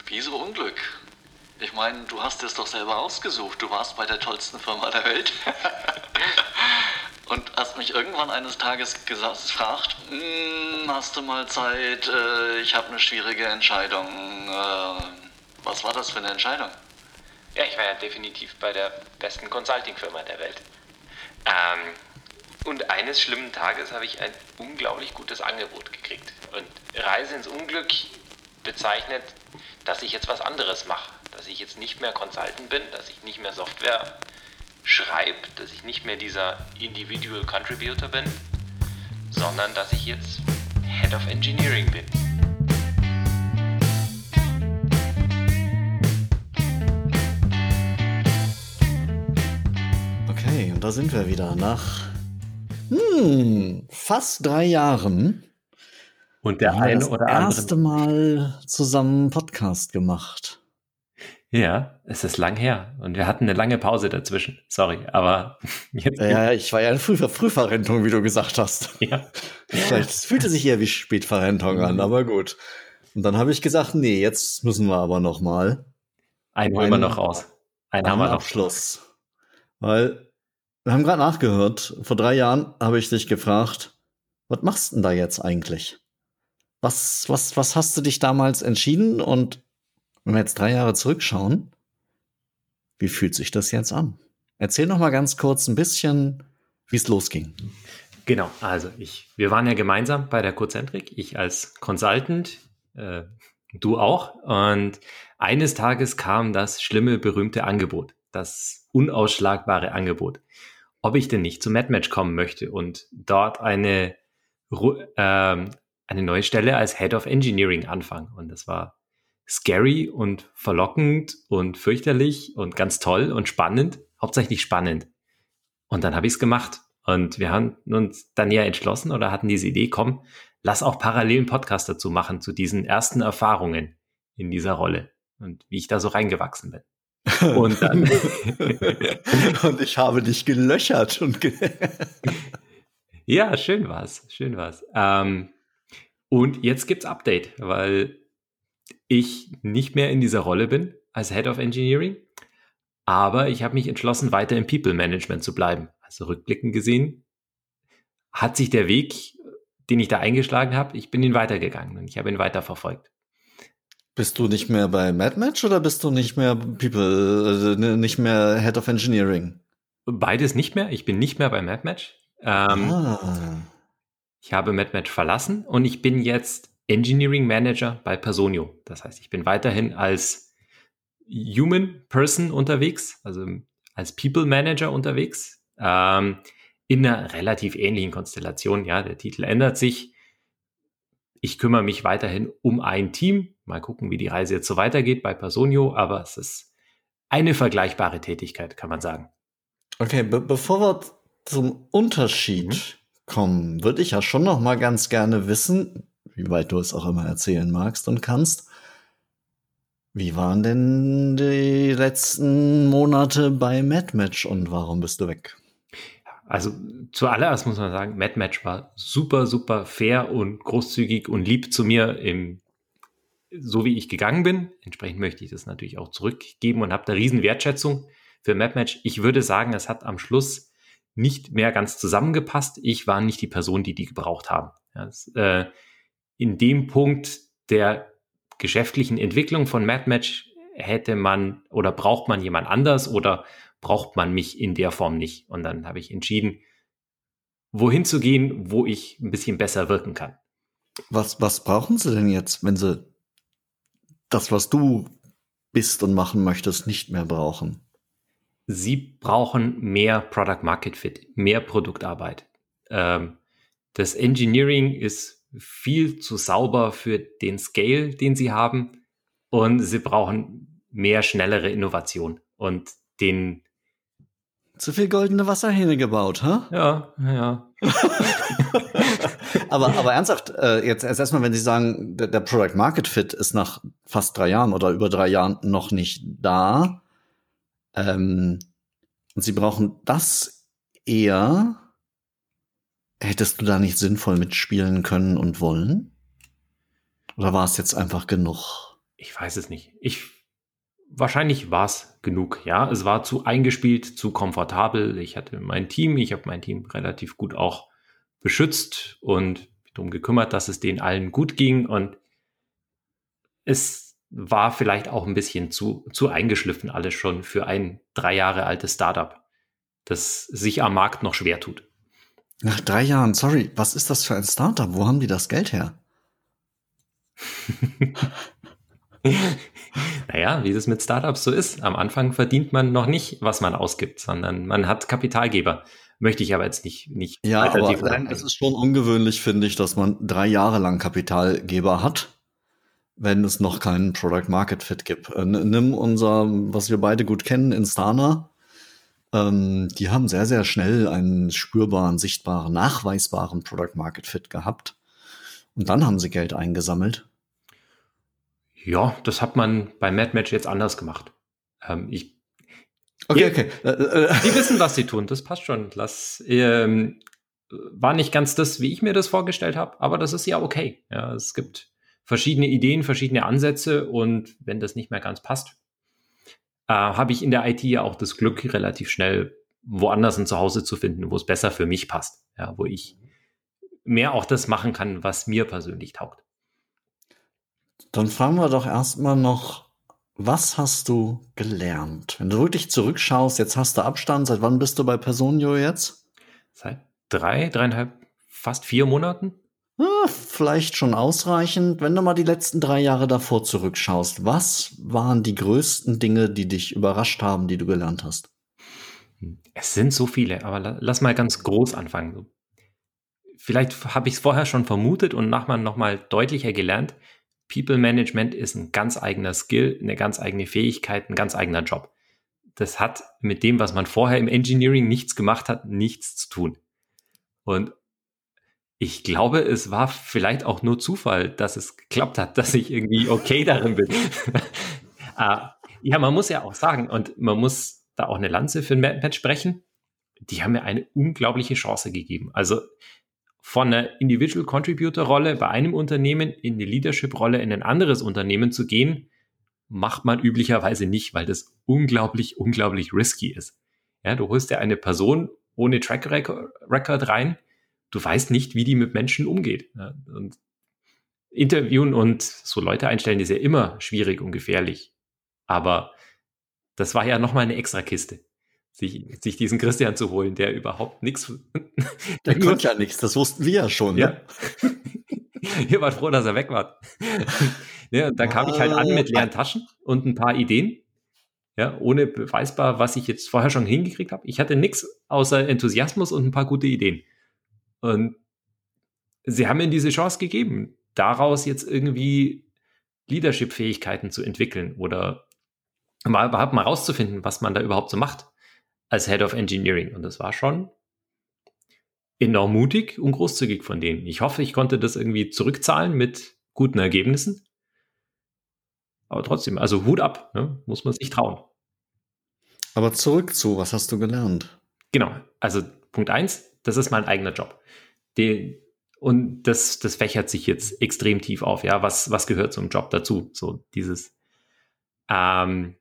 Wieso Unglück? Ich meine, du hast es doch selber ausgesucht. Du warst bei der tollsten Firma der Welt. Und hast mich irgendwann eines Tages gefragt, hast du mal Zeit, ich habe eine schwierige Entscheidung. Was war das für eine Entscheidung? Ja, ich war ja definitiv bei der besten Consulting-Firma der Welt. Und eines schlimmen Tages habe ich ein unglaublich gutes Angebot gekriegt. Und Reise ins Unglück bezeichnet, dass ich jetzt was anderes mache. Dass ich jetzt nicht mehr Consultant bin, dass ich nicht mehr Software schreibe, dass ich nicht mehr dieser Individual Contributor bin, sondern dass ich jetzt Head of Engineering bin. Okay, und da sind wir wieder nach fast 3 Jahren. Und der haben wir eine das oder erste andere. Mal zusammen einen Podcast gemacht. Ja, es ist lang her. Und wir hatten eine lange Pause dazwischen. Sorry, aber jetzt. Ja, ich war ja in Frühverrentung, wie du gesagt hast. Ja. Vielleicht es fühlte sich eher wie Spätverrentung an, aber gut. Und dann habe ich gesagt, nee, jetzt müssen wir aber noch mal. Einen holen wir noch raus. Einen haben wir noch. Abschluss. Weil wir haben gerade nachgehört, vor 3 Jahren habe ich dich gefragt, was machst du denn da jetzt eigentlich? Was hast du dich damals entschieden? Und wenn wir jetzt 3 Jahre zurückschauen, wie fühlt sich das jetzt an? Erzähl noch mal ganz kurz ein bisschen, wie es losging. Genau, also wir waren ja gemeinsam bei der Cozentrik, ich als Consultant, du auch. Und eines Tages kam das schlimme, berühmte Angebot, das unausschlagbare Angebot, ob ich denn nicht zu MadMatch kommen möchte und dort eine neue Stelle als Head of Engineering anfangen. Und das war scary und verlockend und fürchterlich und ganz toll und spannend, hauptsächlich spannend. Und dann habe ich es gemacht. Und wir haben uns dann ja entschlossen oder hatten diese Idee, komm, lass auch parallel einen Podcast dazu machen, zu diesen ersten Erfahrungen in dieser Rolle und wie ich da so reingewachsen bin. Und dann und ich habe dich gelöchert und ja, schön war's. Und jetzt gibt's Update, weil ich nicht mehr in dieser Rolle bin als Head of Engineering, aber ich habe mich entschlossen, weiter im People Management zu bleiben. Also rückblickend gesehen hat sich der Weg, den ich da eingeschlagen habe, ich bin ihn weitergegangen und ich habe ihn weiterverfolgt. Bist du nicht mehr bei MadMatch oder bist du nicht mehr nicht mehr Head of Engineering? Beides nicht mehr. Ich bin nicht mehr bei MadMatch. Ich habe MadMatch verlassen und ich bin jetzt Engineering Manager bei Personio. Das heißt, ich bin weiterhin als Human Person unterwegs, also als People Manager unterwegs, in einer relativ ähnlichen Konstellation. Ja, der Titel ändert sich. Ich kümmere mich weiterhin um ein Team. Mal gucken, wie die Reise jetzt so weitergeht bei Personio, aber es ist eine vergleichbare Tätigkeit, kann man sagen. Okay, bevor wir zum Unterschied kommen, würde ich ja schon noch mal ganz gerne wissen, wie weit du es auch immer erzählen magst und kannst. Wie waren denn die letzten Monate bei MadMatch und warum bist du weg? Also zuallererst muss man sagen, MadMatch war super, super fair und großzügig und lieb zu mir, so wie ich gegangen bin. Entsprechend möchte ich das natürlich auch zurückgeben und habe da riesen Wertschätzung für MadMatch. Ich würde sagen, es hat am Schluss nicht mehr ganz zusammengepasst. Ich war nicht die Person, die gebraucht haben. Ja, in dem Punkt der geschäftlichen Entwicklung von MadMatch hätte man oder braucht man jemand anders oder braucht man mich in der Form nicht. Und dann habe ich entschieden, wohin zu gehen, wo ich ein bisschen besser wirken kann. Was brauchen sie denn jetzt, wenn sie das, was du bist und machen möchtest, nicht mehr brauchen? Sie brauchen mehr Product Market Fit, mehr Produktarbeit. Das Engineering ist viel zu sauber für den Scale, den sie haben. Und sie brauchen mehr schnellere Innovation und den. Zu viel goldene Wasserhähne gebaut, ha? Ja. aber ernsthaft, jetzt erstmal, wenn Sie sagen, der Product Market Fit ist nach fast 3 Jahren oder über 3 Jahren noch nicht da, und Sie brauchen das eher, hättest du da nicht sinnvoll mitspielen können und wollen? Oder war es jetzt einfach genug? Ich weiß es nicht. Wahrscheinlich war es genug. Ja, es war zu eingespielt, zu komfortabel. Ich habe mein Team relativ gut auch beschützt und darum gekümmert, dass es denen allen gut ging. Und es war vielleicht auch ein bisschen zu eingeschliffen alles schon für ein 3 Jahre altes Startup, das sich am Markt noch schwer tut. Nach 3 Jahren, sorry, was ist das für ein Startup? Wo haben die das Geld her? Naja, wie es mit Startups so ist. Am Anfang verdient man noch nicht, was man ausgibt, sondern man hat Kapitalgeber. Möchte ich aber jetzt nicht Ja, weiter aber tiefer es ist schon ungewöhnlich, finde ich, dass man 3 Jahre lang Kapitalgeber hat, wenn es noch keinen Product Market Fit gibt. Nimm was wir beide gut kennen, Instana. Die haben sehr, sehr schnell einen spürbaren, sichtbaren, nachweisbaren Product Market Fit gehabt. Und dann haben sie Geld eingesammelt. Ja, das hat man bei MadMatch jetzt anders gemacht. Okay. Die wissen, was sie tun, das passt schon. War nicht ganz das, wie ich mir das vorgestellt habe, aber das ist ja okay. Ja, es gibt verschiedene Ideen, verschiedene Ansätze und wenn das nicht mehr ganz passt, habe ich in der IT ja auch das Glück, relativ schnell woanders ein Zuhause zu finden, wo es besser für mich passt. Ja, wo ich mehr auch das machen kann, was mir persönlich taugt. Dann fragen wir doch erstmal noch, was hast du gelernt? Wenn du wirklich zurückschaust, jetzt hast du Abstand, seit wann bist du bei Personio jetzt? Seit 3,5, fast 4 Monaten. Vielleicht schon ausreichend. Wenn du mal die letzten 3 Jahre davor zurückschaust, was waren die größten Dinge, die dich überrascht haben, die du gelernt hast? Es sind so viele, aber lass mal ganz groß anfangen. Vielleicht habe ich es vorher schon vermutet und nachher nochmal deutlicher gelernt. People Management ist ein ganz eigener Skill, eine ganz eigene Fähigkeit, ein ganz eigener Job. Das hat mit dem, was man vorher im Engineering nichts gemacht hat, nichts zu tun. Und ich glaube, es war vielleicht auch nur Zufall, dass es geklappt hat, dass ich irgendwie okay darin bin. Ja, man muss ja auch sagen, und man muss da auch eine Lanze für ein Match sprechen, die haben mir eine unglaubliche Chance gegeben. Also von einer Individual Contributor Rolle bei einem Unternehmen in eine Leadership Rolle in ein anderes Unternehmen zu gehen, macht man üblicherweise nicht, weil das unglaublich risky ist. Ja, du holst ja eine Person ohne Track Record rein, du weißt nicht, wie die mit Menschen umgeht. Ja, und interviewen und so Leute einstellen ist ja immer schwierig und gefährlich. Aber das war ja nochmal eine extra Kiste, sich diesen Christian zu holen, der überhaupt nichts. Der konnte ja nichts, das wussten wir ja schon. Ja. Ihr wart froh, dass er weg war. Ja, da kam ich halt an mit leeren Taschen und ein paar Ideen. Ja, ohne beweisbar, was ich jetzt vorher schon hingekriegt habe. Ich hatte nichts außer Enthusiasmus und ein paar gute Ideen. Und sie haben mir diese Chance gegeben, daraus jetzt irgendwie Leadership-Fähigkeiten zu entwickeln oder mal rauszufinden, was man da überhaupt so macht als Head of Engineering. Und das war schon enorm mutig und großzügig von denen. Ich hoffe, ich konnte das irgendwie zurückzahlen mit guten Ergebnissen. Aber trotzdem, also Hut ab, ne? Muss man sich trauen. Aber zurück zu, was hast du gelernt? Genau, also Punkt 1, das ist mein eigener Job. Und das fächert sich jetzt extrem tief auf. Ja, was gehört zum Job dazu? So dieses damit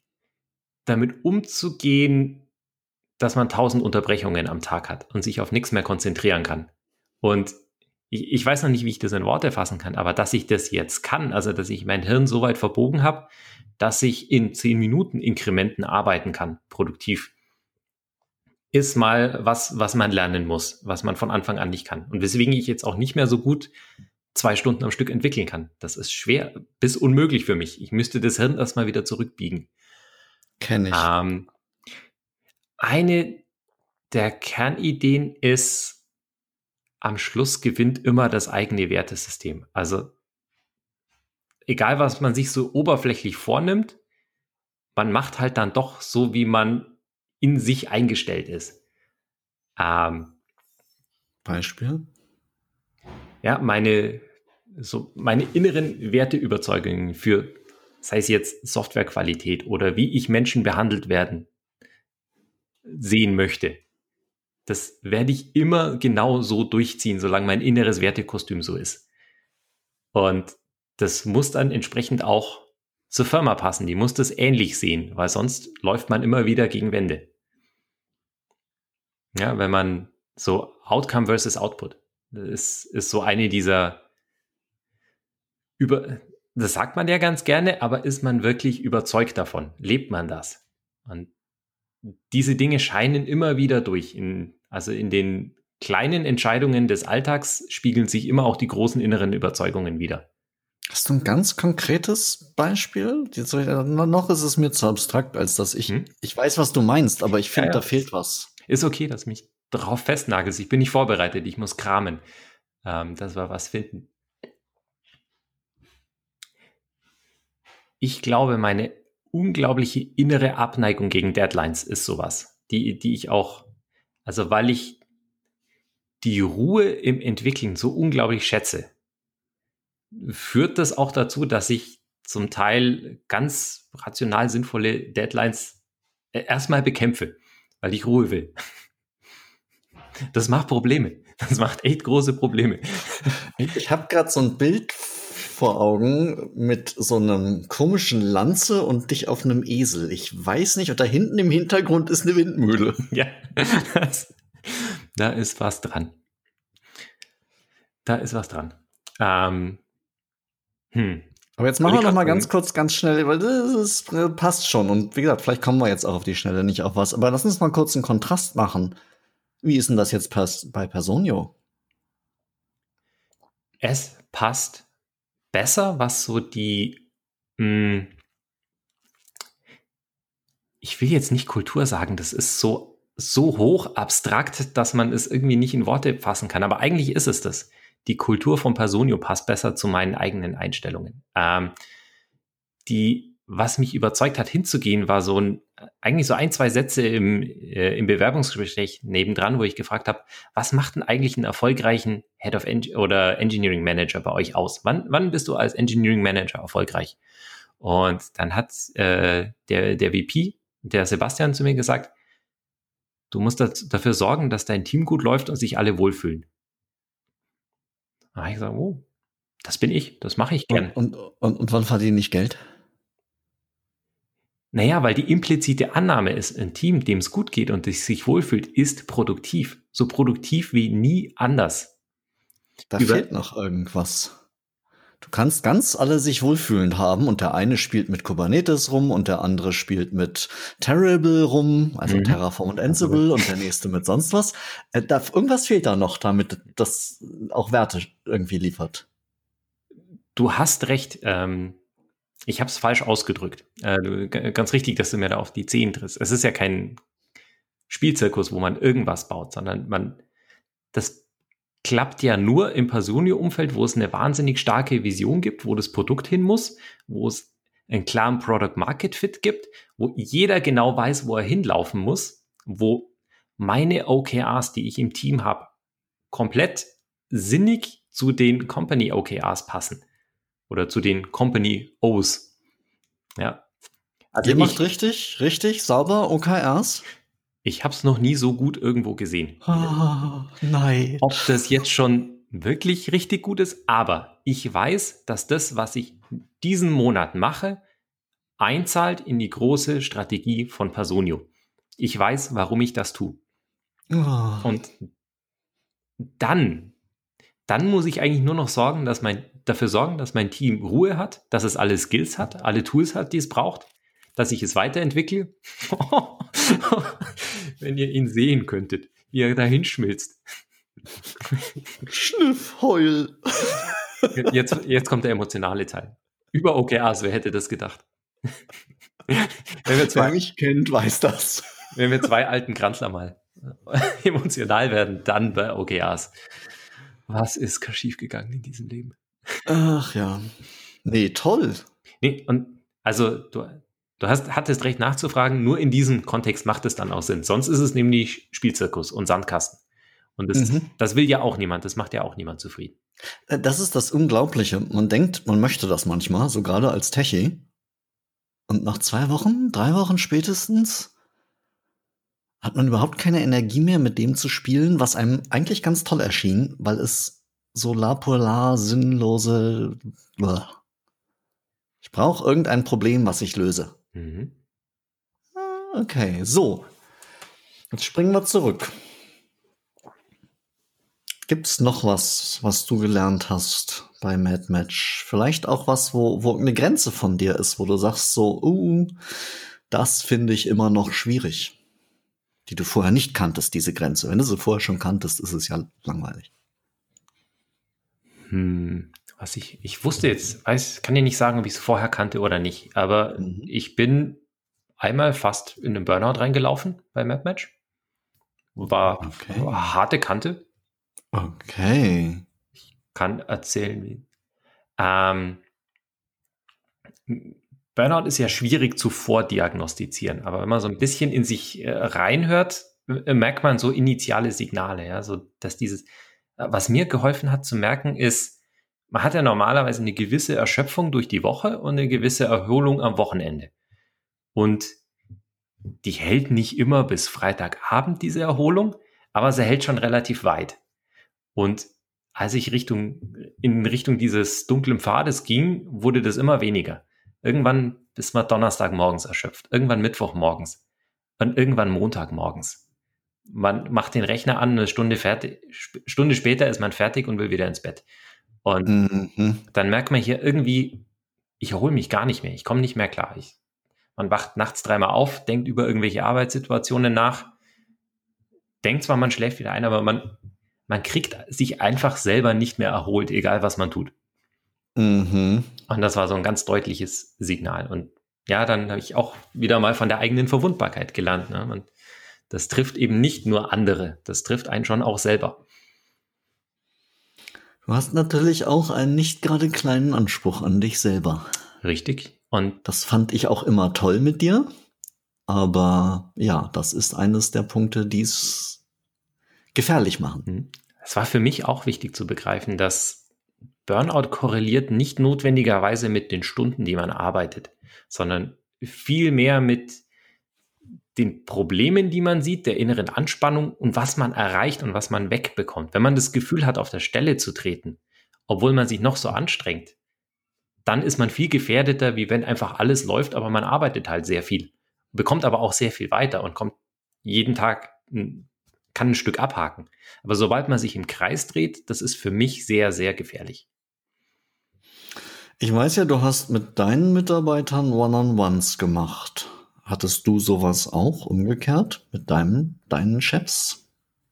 umzugehen, dass man 1000 Unterbrechungen am Tag hat und sich auf nichts mehr konzentrieren kann. Und ich weiß noch nicht, wie ich das in Worte fassen kann, aber dass ich das jetzt kann, also dass ich mein Hirn so weit verbogen habe, dass ich in 10 Minuten Inkrementen arbeiten kann, produktiv, ist mal was man lernen muss, was man von Anfang an nicht kann. Und weswegen ich jetzt auch nicht mehr so gut 2 Stunden am Stück entwickeln kann. Das ist schwer bis unmöglich für mich. Ich müsste das Hirn erstmal wieder zurückbiegen. Kenn ich. Eine der Kernideen ist, am Schluss gewinnt immer das eigene Wertesystem. Also egal, was man sich so oberflächlich vornimmt, man macht halt dann doch so, wie man in sich eingestellt ist. Beispiel? Ja, meine inneren Werteüberzeugungen für, sei es jetzt Softwarequalität oder wie ich Menschen behandelt werden, sehen möchte. Das werde ich immer genau so durchziehen, solange mein inneres Wertekostüm so ist. Und das muss dann entsprechend auch zur Firma passen, die muss das ähnlich sehen, weil sonst läuft man immer wieder gegen Wände. Ja, wenn man so Outcome versus Output, das ist so eine dieser das sagt man ja ganz gerne, aber ist man wirklich überzeugt davon? Lebt man das? Und diese Dinge scheinen immer wieder durch. Also in den kleinen Entscheidungen des Alltags spiegeln sich immer auch die großen inneren Überzeugungen wider. Hast du ein ganz konkretes Beispiel? Noch ist es mir zu abstrakt, als dass ich weiß, was du meinst, aber ich finde, da fehlt was. Ist okay, dass du mich drauf festnagelst. Ich bin nicht vorbereitet, ich muss kramen, dass wir was finden. Ich glaube, meine unglaubliche innere Abneigung gegen Deadlines ist sowas, die ich auch, also weil ich die Ruhe im Entwickeln so unglaublich schätze, führt das auch dazu, dass ich zum Teil ganz rational sinnvolle Deadlines erstmal bekämpfe, weil ich Ruhe will. Das macht Probleme. Das macht echt große Probleme. Ich habe gerade so ein Bild vor Augen mit so einem komischen Lanze und dich auf einem Esel. Ich weiß nicht, und da hinten im Hintergrund ist eine Windmühle. Ja, da ist was dran. Da ist was dran. Aber jetzt machen wir noch mal ganz kurz, ganz schnell, weil das passt schon. Und wie gesagt, vielleicht kommen wir jetzt auch auf die Schnelle nicht auf was. Aber lass uns mal kurz einen Kontrast machen. Wie ist denn das jetzt bei Personio? Es passt besser, was so ich will jetzt nicht Kultur sagen, das ist so hoch abstrakt, dass man es irgendwie nicht in Worte fassen kann. Aber eigentlich ist es das. Die Kultur von Personio passt besser zu meinen eigenen Einstellungen. Was mich überzeugt hat, hinzugehen, war eigentlich so 1, 2 Sätze im Bewerbungsgespräch nebendran, wo ich gefragt habe, was macht denn eigentlich einen erfolgreichen Head of oder Engineering Manager bei euch aus? Wann bist du als Engineering Manager erfolgreich? Und dann hat der VP, der Sebastian, zu mir gesagt, du musst dafür sorgen, dass dein Team gut läuft und sich alle wohlfühlen. Da habe ich gesagt, oh, das bin ich, das mache ich gern. Und wann verdiene ich Geld? Naja, weil die implizite Annahme ist, ein Team, dem es gut geht und das sich wohlfühlt, ist produktiv. So produktiv wie nie anders. Da fehlt noch irgendwas. Du kannst ganz alle sich wohlfühlend haben und der eine spielt mit Kubernetes rum und der andere spielt mit Terrible rum, also Terraform und Ansible und der nächste mit sonst was. Irgendwas fehlt da noch, damit das auch Werte irgendwie liefert. Du hast recht. Ich habe es falsch ausgedrückt. Ganz richtig, dass du mir da auf die Zehen trittst. Es ist ja kein Spielzirkus, wo man irgendwas baut, sondern das klappt ja nur im Personio-Umfeld, wo es eine wahnsinnig starke Vision gibt, wo das Produkt hin muss, wo es einen klaren Product-Market-Fit gibt, wo jeder genau weiß, wo er hinlaufen muss, wo meine OKRs, die ich im Team habe, komplett sinnig zu den Company-OKRs passen. Oder zu den Company O's. Ja. Also ihr macht richtig sauber OKRs? Ich habe es noch nie so gut irgendwo gesehen. Oh, nein. Ob das jetzt schon wirklich richtig gut ist, aber ich weiß, dass das, was ich diesen Monat mache, einzahlt in die große Strategie von Personio. Ich weiß, warum ich das tue. Oh. Und dann muss ich eigentlich nur noch dafür sorgen, dass mein Team Ruhe hat, dass es alle Skills hat, alle Tools hat, die es braucht, dass ich es weiterentwickle. Wenn ihr ihn sehen könntet, wie er dahin schmilzt. Schniffheul. Jetzt kommt der emotionale Teil. Über OKRs, wer hätte das gedacht? Wer mich kennt, weiß das. Wenn wir 2 alten Kranzler mal emotional werden, dann bei OKRs. Was ist schiefgegangen in diesem Leben? Ach ja. Nee, toll. Nee, und also du hattest recht nachzufragen, nur in diesem Kontext macht es dann auch Sinn. Sonst ist es nämlich Spielzirkus und Sandkasten. Und das will ja auch niemand, das macht ja auch niemand zufrieden. Das ist das Unglaubliche. Man denkt, man möchte das manchmal, so gerade als Techie. Und nach 2 Wochen, 3 Wochen spätestens, hat man überhaupt keine Energie mehr, mit dem zu spielen, was einem eigentlich ganz toll erschien, weil es so la sinnlose. brauche irgendein Problem, was ich löse. Mhm. Okay, so. Jetzt springen wir zurück. Gibt's noch was du gelernt hast bei Mad Match? Vielleicht auch was, wo eine Grenze von dir ist, wo du sagst so, das finde ich immer noch schwierig. Die du vorher nicht kanntest, diese Grenze. Wenn du sie vorher schon kanntest, ist es ja langweilig. Was ich wusste jetzt, kann dir nicht sagen, ob ich es vorher kannte oder nicht, aber ich bin einmal fast in den Burnout reingelaufen bei Mad Match. War harte Kante. Okay. Ich kann erzählen, wie. Burnout ist ja schwierig zu vordiagnostizieren, aber wenn man so ein bisschen in sich reinhört, merkt man so initiale Signale, ja, so dass was mir geholfen hat zu merken, ist, man hat ja normalerweise eine gewisse Erschöpfung durch die Woche und eine gewisse Erholung am Wochenende. Und die hält nicht immer bis Freitagabend, diese Erholung, aber sie hält schon relativ weit. Und als ich in Richtung dieses dunklen Pfades ging, wurde das immer weniger. Irgendwann ist man Donnerstagmorgens erschöpft, irgendwann Mittwochmorgens und irgendwann Montagmorgens. Man macht den Rechner an, eine Stunde später ist man fertig und will wieder ins Bett. Und dann merkt man hier irgendwie, ich erhole mich gar nicht mehr, ich komme nicht mehr klar. Man wacht nachts 3-mal auf, denkt über irgendwelche Arbeitssituationen nach, denkt zwar, man schläft wieder ein, aber man kriegt sich einfach selber nicht mehr erholt, egal was man tut. Und das war so ein ganz deutliches Signal. Und ja, dann habe ich auch wieder mal von der eigenen Verwundbarkeit gelernt. Ne? Und das trifft eben nicht nur andere, das trifft einen schon auch selber. Du hast natürlich auch einen nicht gerade kleinen Anspruch an dich selber. Richtig. Und das fand ich auch immer toll mit dir. Aber ja, das ist eines der Punkte, die es gefährlich machen. Es war für mich auch wichtig zu begreifen, dass Burnout korreliert nicht notwendigerweise mit den Stunden, die man arbeitet, sondern viel mehr mit den Problemen, die man sieht, der inneren Anspannung und was man erreicht und was man wegbekommt. Wenn man das Gefühl hat, auf der Stelle zu treten, obwohl man sich noch so anstrengt, dann ist man viel gefährdeter, wie wenn einfach alles läuft, aber man arbeitet halt sehr viel, bekommt aber auch sehr viel weiter und kommt jeden Tag, kann ein Stück abhaken. Aber sobald man sich im Kreis dreht, das ist für mich sehr, sehr gefährlich. Ich weiß ja, du hast mit deinen Mitarbeitern One-on-Ones gemacht. Hattest du sowas auch umgekehrt mit deinen Chefs?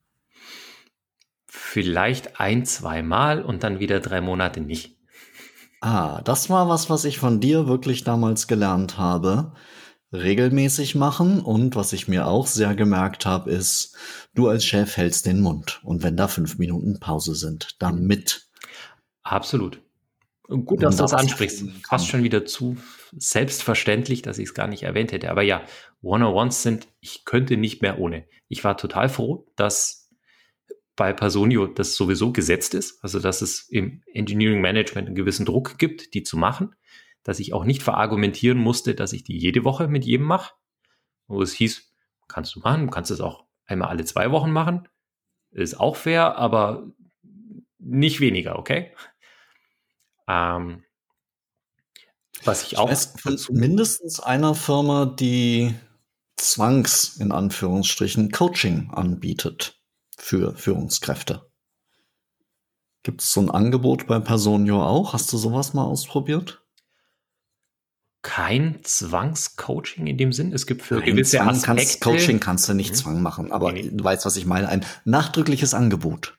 Vielleicht 1-2 Mal und dann wieder 3 Monate nicht. Das war was ich von dir wirklich damals gelernt habe. Regelmäßig machen, und was ich mir auch sehr gemerkt habe, ist, du als Chef hältst den Mund. Und wenn da 5 Minuten Pause sind, damit. Absolut. Gut, dass du das ansprichst. Fast schon wieder zu selbstverständlich, dass ich es gar nicht erwähnt hätte. Aber ja, One-on-Ones ich könnte nicht mehr ohne. Ich war total froh, dass bei Personio das sowieso gesetzt ist, also dass es im Engineering Management einen gewissen Druck gibt, die zu machen, dass ich auch nicht verargumentieren musste, dass ich die jede Woche mit jedem mache. Wo es hieß, kannst du machen, du kannst es auch einmal alle 2 Wochen machen. Ist auch fair, aber nicht weniger, okay? Was ich auch weiß von mindestens einer Firma, die in Anführungsstrichen, Coaching anbietet für Führungskräfte. Gibt es so ein Angebot bei Personio auch? Hast du sowas mal ausprobiert? Kein Zwangscoaching in dem Sinn. Es gibt für gewisse Aspekte... Coaching kannst du nicht Zwang machen, aber du weißt, was ich meine. Ein nachdrückliches Angebot.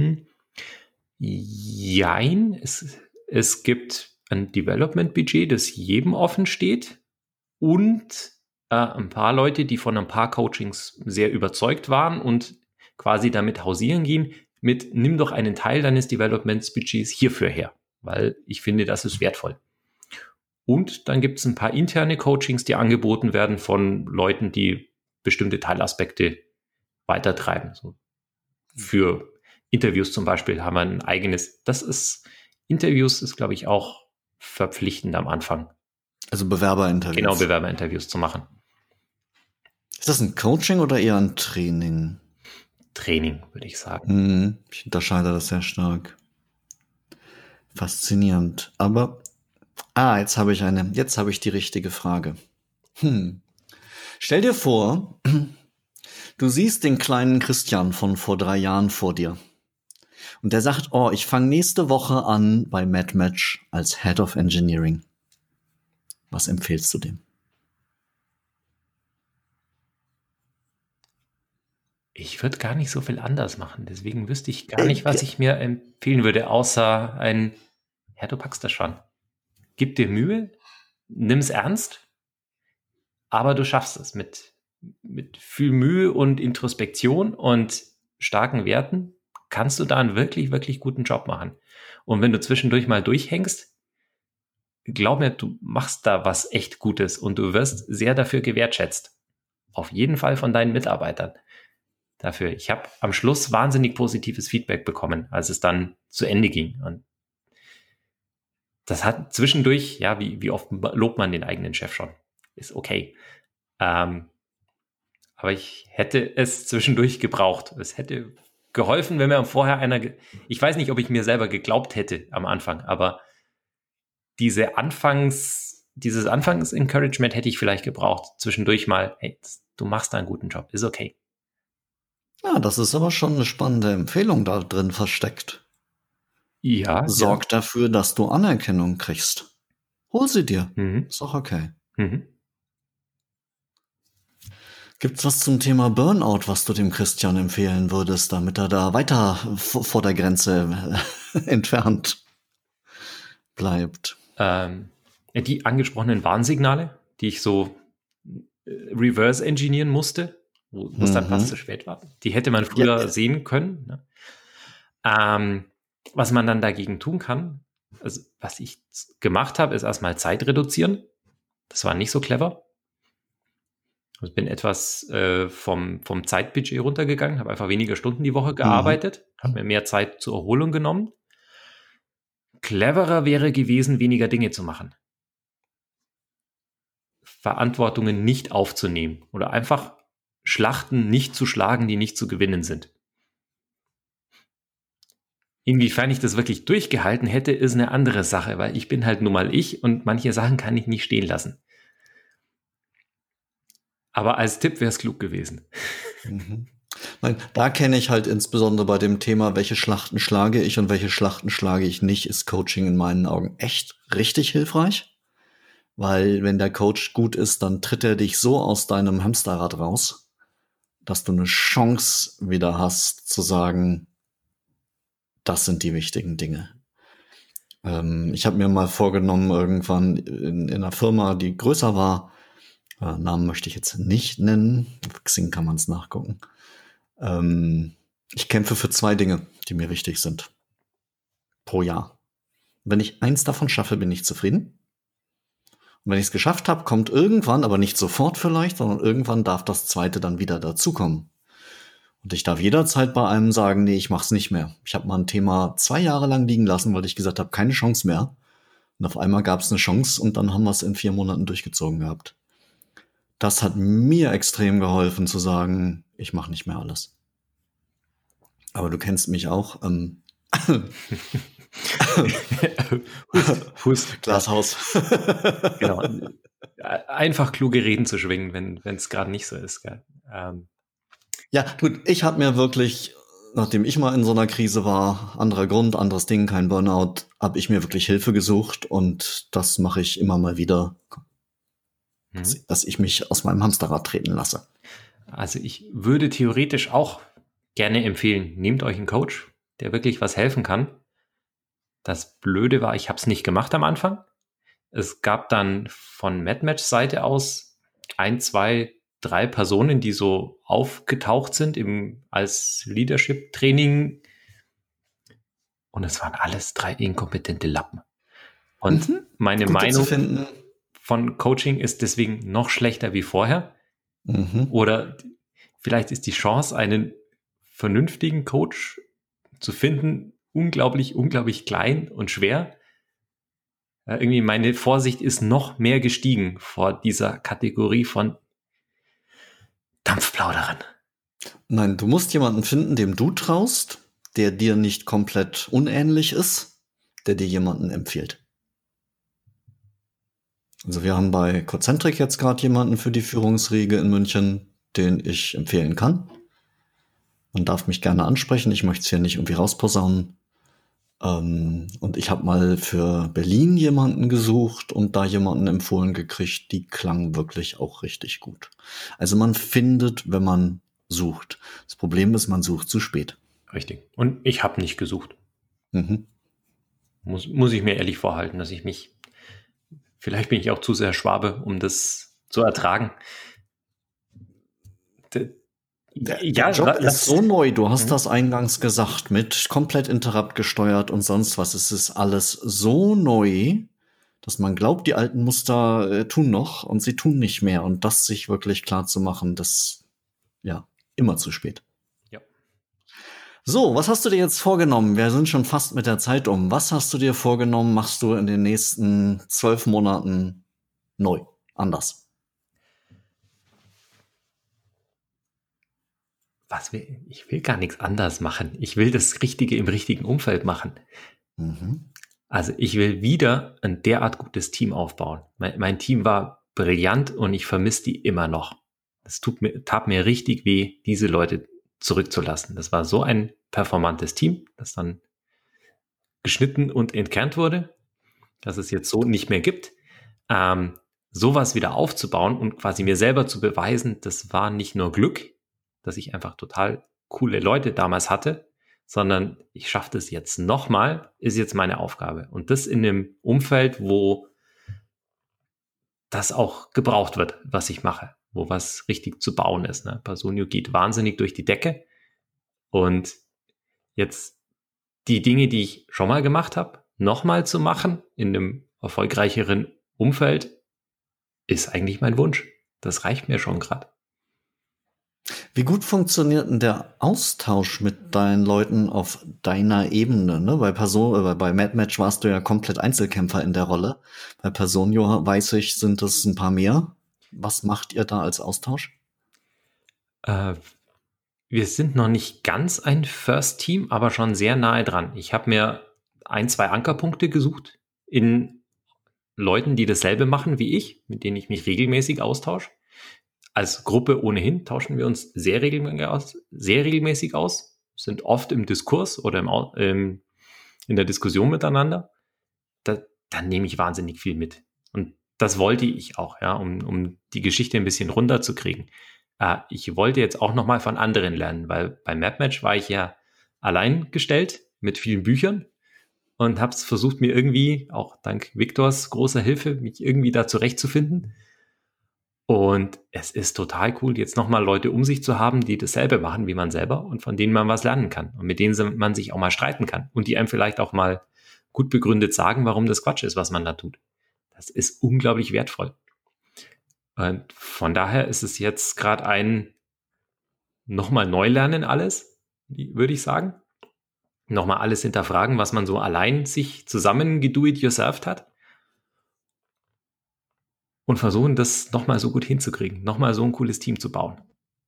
Jein. Es gibt ein Development-Budget, das jedem offen steht, und ein paar Leute, die von ein paar Coachings sehr überzeugt waren und quasi damit hausieren gehen, nimm doch einen Teil deines Development-Budgets hierfür her, weil ich finde, das ist wertvoll. Und dann gibt es ein paar interne Coachings, die angeboten werden von Leuten, die bestimmte Teilaspekte weitertreiben. So für Interviews zum Beispiel haben wir ein eigenes, Interviews ist, glaube ich, auch verpflichtend am Anfang. Also Bewerberinterviews. Genau, Bewerberinterviews zu machen. Ist das ein Coaching oder eher ein Training? Training, würde ich sagen. Ich unterscheide das sehr stark. Faszinierend. Aber Jetzt habe ich die richtige Frage. Stell dir vor, du siehst den kleinen Christian von vor 3 Jahren vor dir. Und der sagt, ich fange nächste Woche an bei MadMatch als Head of Engineering. Was empfehlst du dem? Ich würde gar nicht so viel anders machen. Deswegen wüsste ich gar nicht, was ich mir empfehlen würde, außer du packst das schon. Gib dir Mühe, nimm's ernst, aber du schaffst es mit viel Mühe und Introspektion und starken Werten kannst du da einen wirklich, wirklich guten Job machen. Und wenn du zwischendurch mal durchhängst, glaub mir, du machst da was echt Gutes und du wirst sehr dafür gewertschätzt. Auf jeden Fall von deinen Mitarbeitern. Dafür. Ich habe am Schluss wahnsinnig positives Feedback bekommen, als es dann zu Ende ging. Und das hat zwischendurch, wie oft lobt man den eigenen Chef schon? Ist okay. Aber ich hätte es zwischendurch gebraucht. Es hätte geholfen, wenn mir vorher ich weiß nicht, ob ich mir selber geglaubt hätte am Anfang, aber dieses Anfangs-Encouragement hätte ich vielleicht gebraucht. Zwischendurch mal, hey, du machst da einen guten Job, ist okay. Ja, das ist aber schon eine spannende Empfehlung da drin versteckt. Ja. Sorg dafür, dass du Anerkennung kriegst. Hol sie dir. Ist auch okay. Gibt's was zum Thema Burnout, was du dem Christian empfehlen würdest, damit er da weiter vor der Grenze entfernt bleibt? Die angesprochenen Warnsignale, die ich so reverse engineeren musste, wo es dann fast zu spät war. Die hätte man früher sehen können. Ne? Was man dann dagegen tun kann, also was ich gemacht habe, ist erstmal Zeit reduzieren. Das war nicht so clever. Ich bin etwas vom Zeitbudget runtergegangen, habe einfach weniger Stunden die Woche gearbeitet, habe mir mehr Zeit zur Erholung genommen. Cleverer wäre gewesen, weniger Dinge zu machen. Verantwortungen nicht aufzunehmen oder einfach Schlachten nicht zu schlagen, die nicht zu gewinnen sind. Inwiefern ich das wirklich durchgehalten hätte, ist eine andere Sache, weil ich bin halt nun mal ich und manche Sachen kann ich nicht stehen lassen. Aber als Tipp wäre es klug gewesen. Da kenne ich halt insbesondere bei dem Thema, welche Schlachten schlage ich und welche Schlachten schlage ich nicht, ist Coaching in meinen Augen echt richtig hilfreich. Weil wenn der Coach gut ist, dann tritt er dich so aus deinem Hamsterrad raus, dass du eine Chance wieder hast zu sagen, das sind die wichtigen Dinge. Ich habe mir mal vorgenommen, irgendwann in einer Firma, die größer war, Namen möchte ich jetzt nicht nennen, auf Xing kann man es nachgucken. Ich kämpfe für 2 Dinge, die mir wichtig sind. Pro Jahr. Wenn ich eins davon schaffe, bin ich zufrieden. Und wenn ich es geschafft habe, kommt irgendwann, aber nicht sofort vielleicht, sondern irgendwann darf das 2. dann wieder dazukommen. Und ich darf jederzeit bei einem sagen, nee, ich mach's nicht mehr. Ich habe mal ein Thema 2 Jahre lang liegen lassen, weil ich gesagt habe, keine Chance mehr. Und auf einmal gab es eine Chance und dann haben wir es in 4 Monaten durchgezogen gehabt. Das hat mir extrem geholfen zu sagen, ich mache nicht mehr alles. Aber du kennst mich auch. Hust. Glashaus. Genau. Einfach kluge Reden zu schwingen, wenn es gerade nicht so ist. Gell? Ja, gut, ich habe mir wirklich, nachdem ich mal in so einer Krise war, anderer Grund, anderes Ding, kein Burnout, habe ich mir wirklich Hilfe gesucht und das mache ich immer mal wieder, dass ich mich aus meinem Hamsterrad treten lasse. Also ich würde theoretisch auch gerne empfehlen, nehmt euch einen Coach, der wirklich was helfen kann. Das Blöde war, ich habe es nicht gemacht am Anfang. Es gab dann von MadMatch-Seite aus 1, 2, 3 Personen, die so aufgetaucht sind als Leadership-Training. Und es waren alles 3 inkompetente Lappen. Und meine Meinung von Coaching ist deswegen noch schlechter wie vorher. Oder vielleicht ist die Chance, einen vernünftigen Coach zu finden, unglaublich, unglaublich klein und schwer. Irgendwie meine Vorsicht ist noch mehr gestiegen vor dieser Kategorie von Dampfplauderern. Nein, du musst jemanden finden, dem du traust, der dir nicht komplett unähnlich ist, der dir jemanden empfiehlt. Also wir haben bei Cocentric jetzt gerade jemanden für die Führungsriege in München, den ich empfehlen kann. Man darf mich gerne ansprechen, ich möchte es hier nicht irgendwie rausposaunen. Und ich habe mal für Berlin jemanden gesucht und da jemanden empfohlen gekriegt, die klang wirklich auch richtig gut. Also man findet, wenn man sucht. Das Problem ist, man sucht zu spät. Richtig. Und ich habe nicht gesucht. Muss ich mir ehrlich vorhalten, dass ich mich, vielleicht bin ich auch zu sehr Schwabe, um das zu ertragen. Der Job ist so neu, du hast das eingangs gesagt, mit komplett Interrupt gesteuert und sonst was. Es ist alles so neu, dass man glaubt, die alten Muster tun noch und sie tun nicht mehr. Und das sich wirklich klar zu machen, das immer zu spät. Ja. So, was hast du dir jetzt vorgenommen? Wir sind schon fast mit der Zeit um. Was hast du dir vorgenommen, machst du in den nächsten 12 Monaten neu, anders? Ich will gar nichts anders machen. Ich will das Richtige im richtigen Umfeld machen. Also ich will wieder ein derart gutes Team aufbauen. Mein Team war brillant und ich vermisse die immer noch. Es tat mir richtig weh, diese Leute zurückzulassen. Das war so ein performantes Team, das dann geschnitten und entkernt wurde, dass es jetzt so nicht mehr gibt. Sowas wieder aufzubauen und quasi mir selber zu beweisen, das war nicht nur Glück, dass ich einfach total coole Leute damals hatte, sondern ich schaffe das jetzt nochmal, ist jetzt meine Aufgabe. Und das in einem Umfeld, wo das auch gebraucht wird, was ich mache, wo was richtig zu bauen ist. Ne? Personio geht wahnsinnig durch die Decke und jetzt die Dinge, die ich schon mal gemacht habe, nochmal zu machen in einem erfolgreicheren Umfeld, ist eigentlich mein Wunsch. Das reicht mir schon gerade. Wie gut funktioniert denn der Austausch mit deinen Leuten auf deiner Ebene? Ne? Bei Mad Match warst du ja komplett Einzelkämpfer in der Rolle. Bei Personio, weiß ich, sind es ein paar mehr. Was macht ihr da als Austausch? Wir sind noch nicht ganz ein First Team, aber schon sehr nahe dran. Ich habe mir 1-2 Ankerpunkte gesucht in Leuten, die dasselbe machen wie ich, mit denen ich mich regelmäßig austausche. Als Gruppe ohnehin tauschen wir uns sehr regelmäßig aus, sind oft im Diskurs oder in der Diskussion miteinander. Dann nehme ich wahnsinnig viel mit. Und das wollte ich auch, ja, um die Geschichte ein bisschen runterzukriegen. Ich wollte jetzt auch nochmal von anderen lernen, weil bei Mad Match war ich ja allein gestellt mit vielen Büchern und habe es versucht, mir irgendwie, auch dank Viktors großer Hilfe, mich irgendwie da zurechtzufinden. Und es ist total cool, jetzt nochmal Leute um sich zu haben, die dasselbe machen wie man selber und von denen man was lernen kann und mit denen man sich auch mal streiten kann und die einem vielleicht auch mal gut begründet sagen, warum das Quatsch ist, was man da tut. Das ist unglaublich wertvoll. Und von daher ist es jetzt gerade ein nochmal Neulernen alles, würde ich sagen. Nochmal alles hinterfragen, was man so allein sich zusammen do-it-yourself hat. Und versuchen, das nochmal so gut hinzukriegen, nochmal so ein cooles Team zu bauen.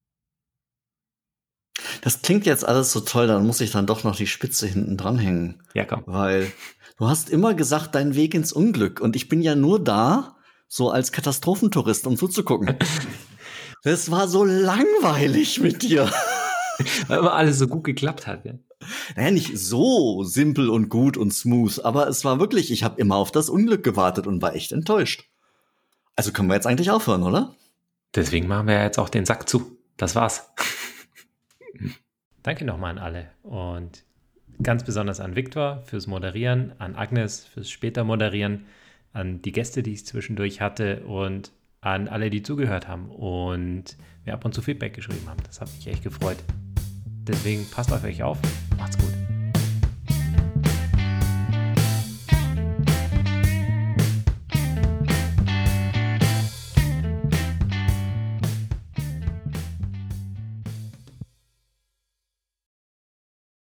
Das klingt jetzt alles so toll, dann muss ich dann doch noch die Spitze hinten dranhängen. Ja, komm. Weil du hast immer gesagt, dein Weg ins Unglück. Und ich bin ja nur da, so als Katastrophentourist, um zuzugucken. Das war so langweilig mit dir. Weil immer alles so gut geklappt hat, ja. Naja, nicht so simpel und gut und smooth, aber es war wirklich, ich habe immer auf das Unglück gewartet und war echt enttäuscht. Also können wir jetzt eigentlich aufhören, oder? Deswegen machen wir jetzt auch den Sack zu. Das war's. Danke nochmal an alle und ganz besonders an Viktor fürs Moderieren, an Agnes fürs später Moderieren, an die Gäste, die ich zwischendurch hatte und an alle, die zugehört haben und mir ab und zu Feedback geschrieben haben. Das hat mich echt gefreut. Deswegen passt auf euch auf. Macht's gut.